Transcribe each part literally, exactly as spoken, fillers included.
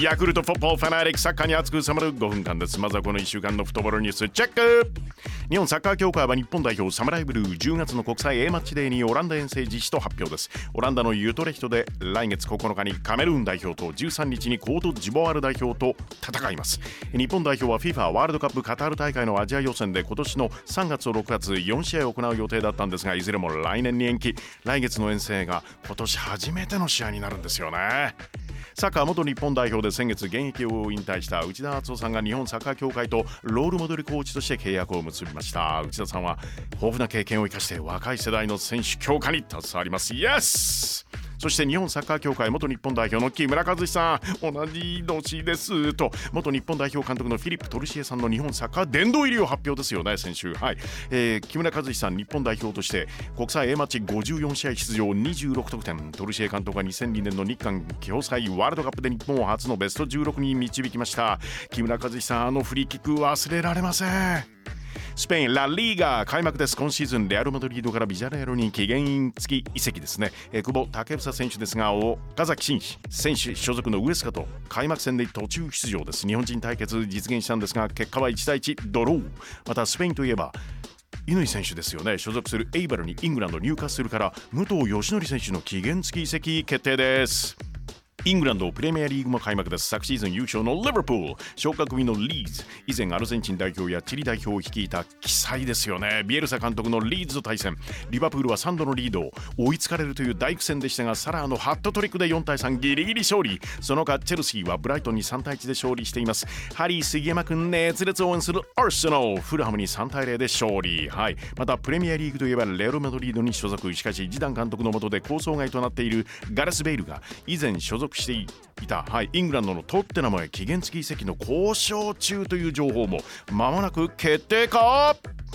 ヤクルトフットボールファナリック、サッカーに熱く迫るごふんかんです。まずはこのいっしゅうかんのフットボールニュースチェック。日本サッカー協会は日本代表サムライブルーじゅうがつの国際 A マッチデーにオランダ遠征実施と発表です。オランダのユトレヒトで来月ここのかにカメルーン代表とじゅうさんにちにコートジボワール代表と戦います。日本代表は FIFA ワールドカップカタール大会のアジア予選で今年のさんがつとろくがつよんしあいを行う予定だったんですが、いずれも来年に延期。来月の遠征が今年初めての試合になるんですよね。サッカー元日本代表で先月現役を引退した内田篤人さんが日本サッカー協会とロールモデルコーチとして契約を結びました。内田さんは豊富な経験を生かして若い世代の選手強化に携わります。イエス。そして日本サッカー協会元日本代表の木村和志さん、同じ年ですと元日本代表監督のフィリップ・トルシエさんの日本サッカー殿堂入りを発表ですよね、先週。はい、えー、木村和志さん日本代表として国際 A マッチごじゅうよんしあい出場にじゅうろくとくてん、トルシエ監督がにせんにねんの日韓共催ワールドカップで日本を初のベストじゅうろくに導きました。木村和志さん、あのフリーキック忘れられません。スペインラ・リーガ開幕です。今シーズンレアルマドリードからビジャレアルに期限付き移籍ですね。えー、久保建英選手ですが岡崎慎司選手所属のウエスカと開幕戦で途中出場です。日本人対決実現したんですが結果はいちたいいちドロー。またスペインといえば乾選手ですよね。所属するエイバルにイングランド入荷するから武藤義則選手の期限付き移籍決定です。イングランドプレミアリーグも開幕です。昨シーズン優勝のリバプール、昇格組のリーズ、以前アルゼンチン代表やチリ代表を率いた奇才ですよね。ビエルサ監督のリーズと対戦、リバプールはさんどのリードを追いつかれるという大苦戦でしたが、サラーのハットトリックでよんたいさんギリギリ勝利。その他チェルシーはブライトンにさんたいいちで勝利しています。ハリー杉山くん熱烈応援するアーセナル、フルハムにさんたいゼロで勝利。はい、またプレミアリーグといえばレアルマドリードに所属、しかしジダン監督の下で構想外となっているガレス・ベイルが以前所属していた、はい、イングランドのトッテナムへ期限付き移籍の交渉中という情報も間もなく決定か。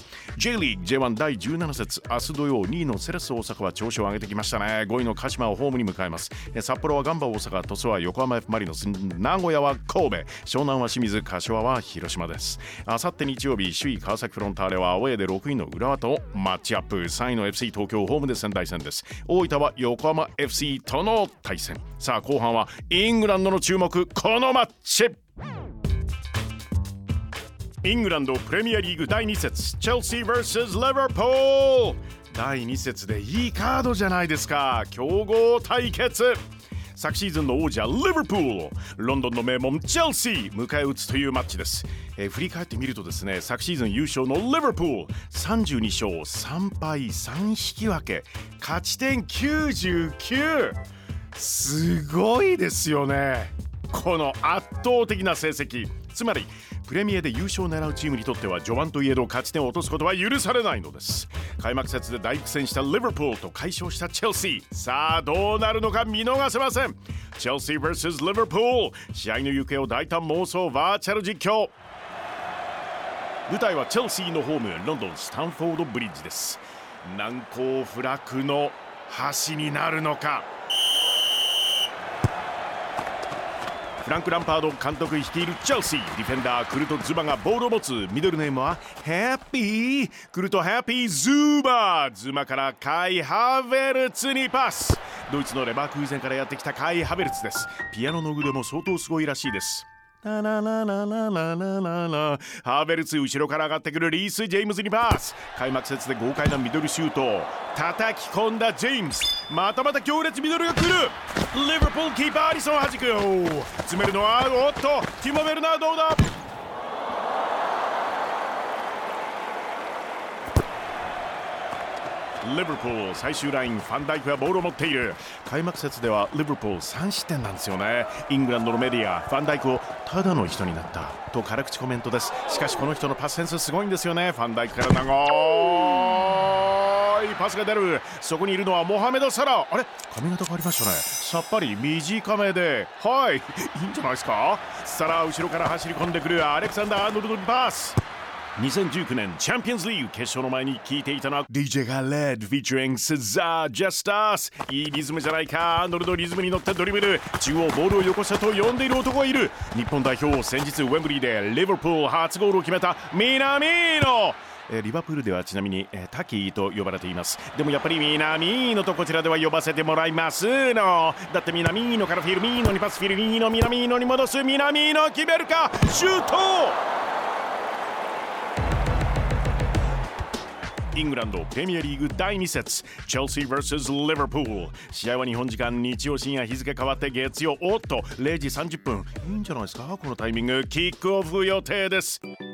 J リーグ ジェイワン だいじゅうなな節、明日土曜にいのセレッソ大阪は調子を上げてきましたね。ごいの鹿島をホームに迎えます。札幌はガンバ大阪、鳥栖は横浜 F マリノス、名古屋は神戸、湘南は清水、柏は広島です。あさって日曜日、首位川崎フロンターレはアウェーでろくいの浦和とマッチアップ。さんいの エフシー 東京ホームで仙台戦です。大分は横浜 エフシー との対戦。さあ後半はイングランドの注目、このマッチ。イングランドプレミアリーグだいに節、チェルシー ブイエス リバプール。だいに節でいいカードじゃないですか。強豪対決。昨シーズンの王者リバプール、ロンドンの名門チェルシー迎え撃つというマッチです。えー、振り返ってみるとですね、昨シーズン優勝のリバプールさんじゅうにしょうさんぱいさん引き分け、勝ち点きゅうじゅうきゅう。すごいですよね、この圧倒的な成績。つまりプレミアで優勝を狙うチームにとっては序盤といえど勝ち点を落とすことは許されないのです。開幕節で大苦戦したリバプールと快勝したチェルシー、さあどうなるのか見逃せません。チェルシー ブイエス リバプール、試合の行方を大胆妄想バーチャル実況。舞台はチェルシーのホームロンドンスタンフォードブリッジです。難攻不落の橋になるのか。フランク・ランパード監督率いるチェルシー、ディフェンダークルト・ズバがボールを持つ。ミドルネームはハッピー、クルト・ハッピー・ズバ。ズマからカイ・ハベルツにパス。ドイツのレバークーゼンからやってきたカイ・ハベルツです。ピアノの腕も相当すごいらしいです。ラララララララララ。ハーベルツ後ろから上がってくるリース・ジェームズにパス。開幕節で豪快なミドルシュート、叩き込んだジェームズ。またまた強烈ミドルが来る。リバプールキーパーアリソン弾く。詰めるのはおっとティモ・ベルナードだ。リバプール最終ライン、ファンダイクがボールを持っている。開幕節ではリバプールさん失点なんですよね。イングランドのメディア、ファンダイクをただの人になったと辛口コメントです。しかしこの人のパスセンスすごいんですよね。ファンダイクから長いパスが出る。そこにいるのはモハメド・サラ。あれ、髪型変わりましたね。さっぱり短めで、はい、いいんじゃないですか。サラ後ろから走り込んでくる。アレクサンダー・アーノルドにパス。にせんじゅうきゅうねんチャンピオンズリーグ決勝の前に聴いていたのは ディージェー ガレッド featuring Cesar Justas。 いいリズムじゃないか。アーノルドリズムに乗ってドリブル、中央ボールをよこしたと呼んでいる男がいる。日本代表、先日ウェンブリーでリバプール初ゴールを決めた南野。 えー、リバプールではちなみに、えー、タキーと呼ばれています。でもやっぱり南野とこちらでは呼ばせてもらいますの。だって南野からフィルミーノにパス、フィルミーノ南野に戻す、南野決めるか、シュート。イングランドプレミアリーグだいに節、チェルシー ブイエス リバプール。試合は日本時間日曜深夜、日付変わって月曜、おっとれいじさんじゅっぷん。いいんじゃないですかこのタイミング。キックオフ予定です。